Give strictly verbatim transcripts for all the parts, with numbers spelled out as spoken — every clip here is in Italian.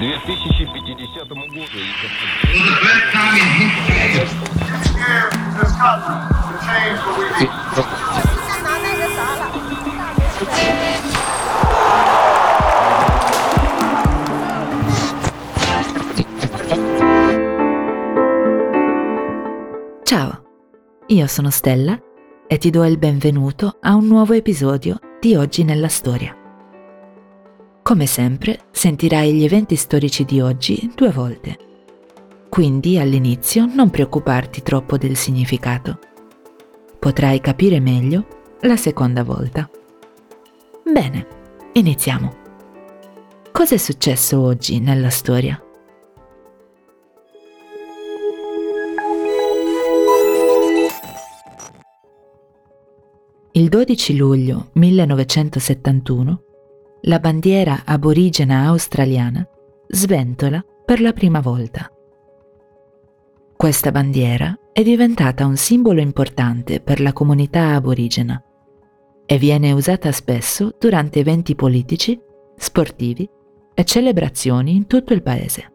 две тысячи пятидесятому году. Ciao, io sono Stella e ti do il benvenuto a un nuovo episodio di Oggi nella Storia. Come sempre, sentirai gli eventi storici di oggi due volte. Quindi all'inizio non preoccuparti troppo del significato. Potrai capire meglio la seconda volta. Bene, iniziamo. Cosa è successo oggi nella storia? Il dodici luglio millenovecentosettantuno la bandiera aborigena australiana sventola per la prima volta. Questa bandiera è diventata un simbolo importante per la comunità aborigena e viene usata spesso durante eventi politici, sportivi e celebrazioni in tutto il paese.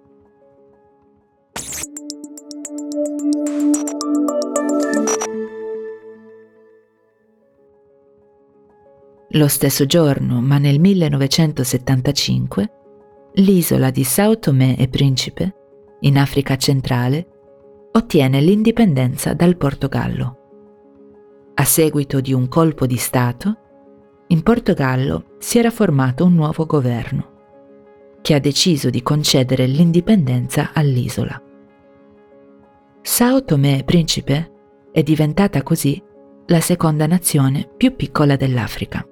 Lo stesso giorno, ma nel millenovecentosettantacinque, l'isola di São Tomé e Príncipe, in Africa centrale, ottiene l'indipendenza dal Portogallo. A seguito di un colpo di Stato, in Portogallo si era formato un nuovo governo, che ha deciso di concedere l'indipendenza all'isola. São Tomé e Príncipe è diventata così la seconda nazione più piccola dell'Africa.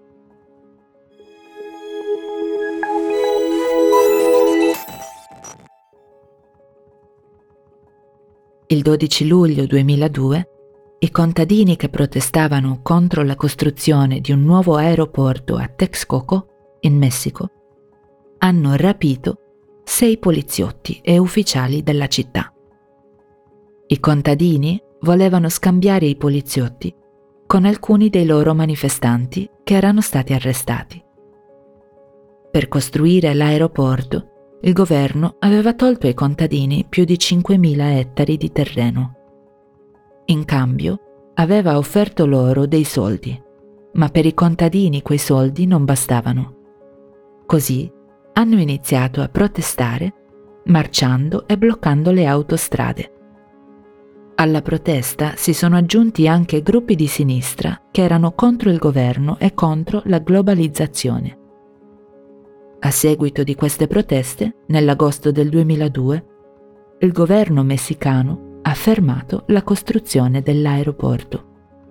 Il dodici luglio duemiladue, i contadini che protestavano contro la costruzione di un nuovo aeroporto a Texcoco, in Messico, hanno rapito sei poliziotti e ufficiali della città. I contadini volevano scambiare i poliziotti con alcuni dei loro manifestanti che erano stati arrestati. Per costruire l'aeroporto, il governo aveva tolto ai contadini più di cinquemila ettari di terreno. In cambio, aveva offerto loro dei soldi, ma per i contadini quei soldi non bastavano. Così hanno iniziato a protestare, marciando e bloccando le autostrade. Alla protesta si sono aggiunti anche gruppi di sinistra che erano contro il governo e contro la globalizzazione. A seguito di queste proteste, nell'agosto del duemiladue, il governo messicano ha fermato la costruzione dell'aeroporto.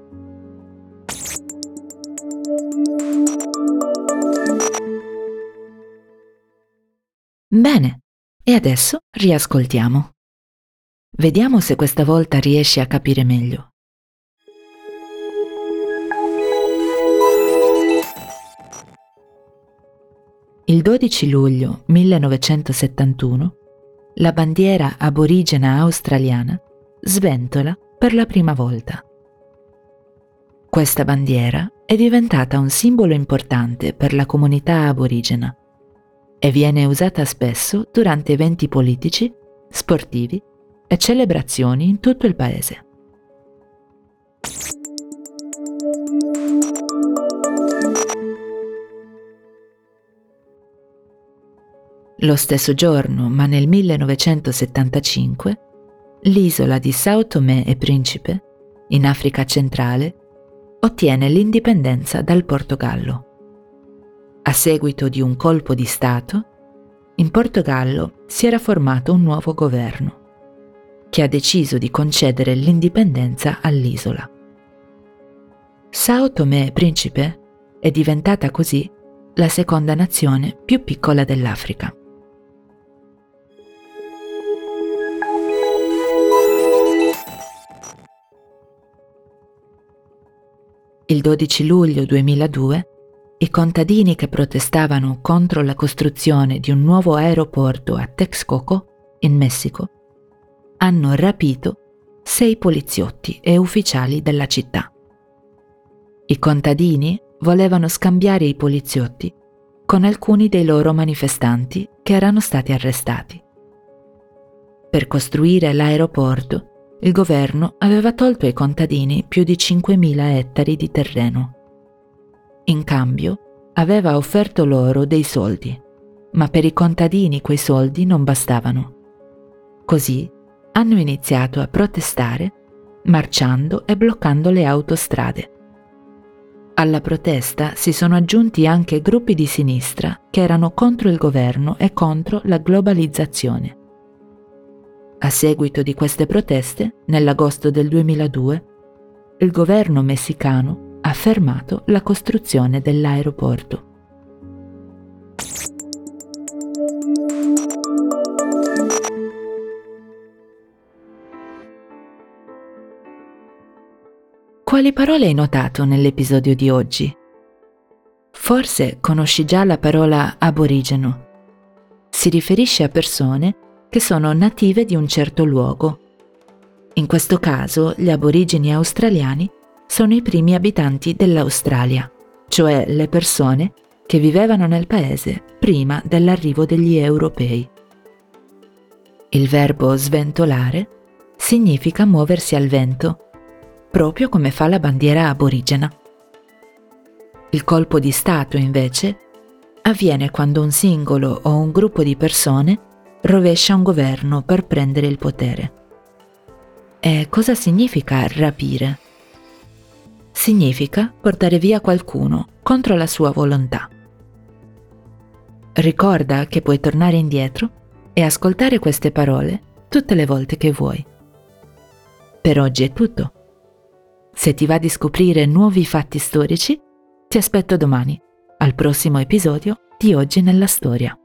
Bene, e adesso riascoltiamo. Vediamo se questa volta riesci a capire meglio. Il dodici luglio millenovecentosettantuno la bandiera aborigena australiana sventola per la prima volta. Questa bandiera è diventata un simbolo importante per la comunità aborigena e viene usata spesso durante eventi politici, sportivi e celebrazioni in tutto il paese. Lo stesso giorno, ma nel millenovecentosettantacinque, l'isola di São Tomé e Príncipe, in Africa centrale, ottiene l'indipendenza dal Portogallo. A seguito di un colpo di Stato, in Portogallo si era formato un nuovo governo, che ha deciso di concedere l'indipendenza all'isola. São Tomé e Príncipe è diventata così la seconda nazione più piccola dell'Africa. Il dodici luglio duemiladue, i contadini che protestavano contro la costruzione di un nuovo aeroporto a Texcoco, in Messico, hanno rapito sei poliziotti e ufficiali della città. I contadini volevano scambiare i poliziotti con alcuni dei loro manifestanti che erano stati arrestati. Per costruire l'aeroporto, il governo aveva tolto ai contadini più di cinquemila ettari di terreno. In cambio, aveva offerto loro dei soldi, ma per i contadini quei soldi non bastavano. Così hanno iniziato a protestare, marciando e bloccando le autostrade. Alla protesta si sono aggiunti anche gruppi di sinistra che erano contro il governo e contro la globalizzazione. A seguito di queste proteste, nell'agosto del duemiladue, il governo messicano ha fermato la costruzione dell'aeroporto. Quali parole hai notato nell'episodio di oggi? Forse conosci già la parola aborigeno. Si riferisce a persone che sono native di un certo luogo. In questo caso, gli aborigeni australiani sono i primi abitanti dell'Australia, cioè le persone che vivevano nel paese prima dell'arrivo degli europei. Il verbo sventolare significa muoversi al vento, proprio come fa la bandiera aborigena. Il colpo di stato, invece, avviene quando un singolo o un gruppo di persone rovescia un governo per prendere il potere. E cosa significa rapire? Significa portare via qualcuno contro la sua volontà. Ricorda che puoi tornare indietro e ascoltare queste parole tutte le volte che vuoi. Per oggi è tutto. Se ti va di scoprire nuovi fatti storici, ti aspetto domani, al prossimo episodio di Oggi nella Storia.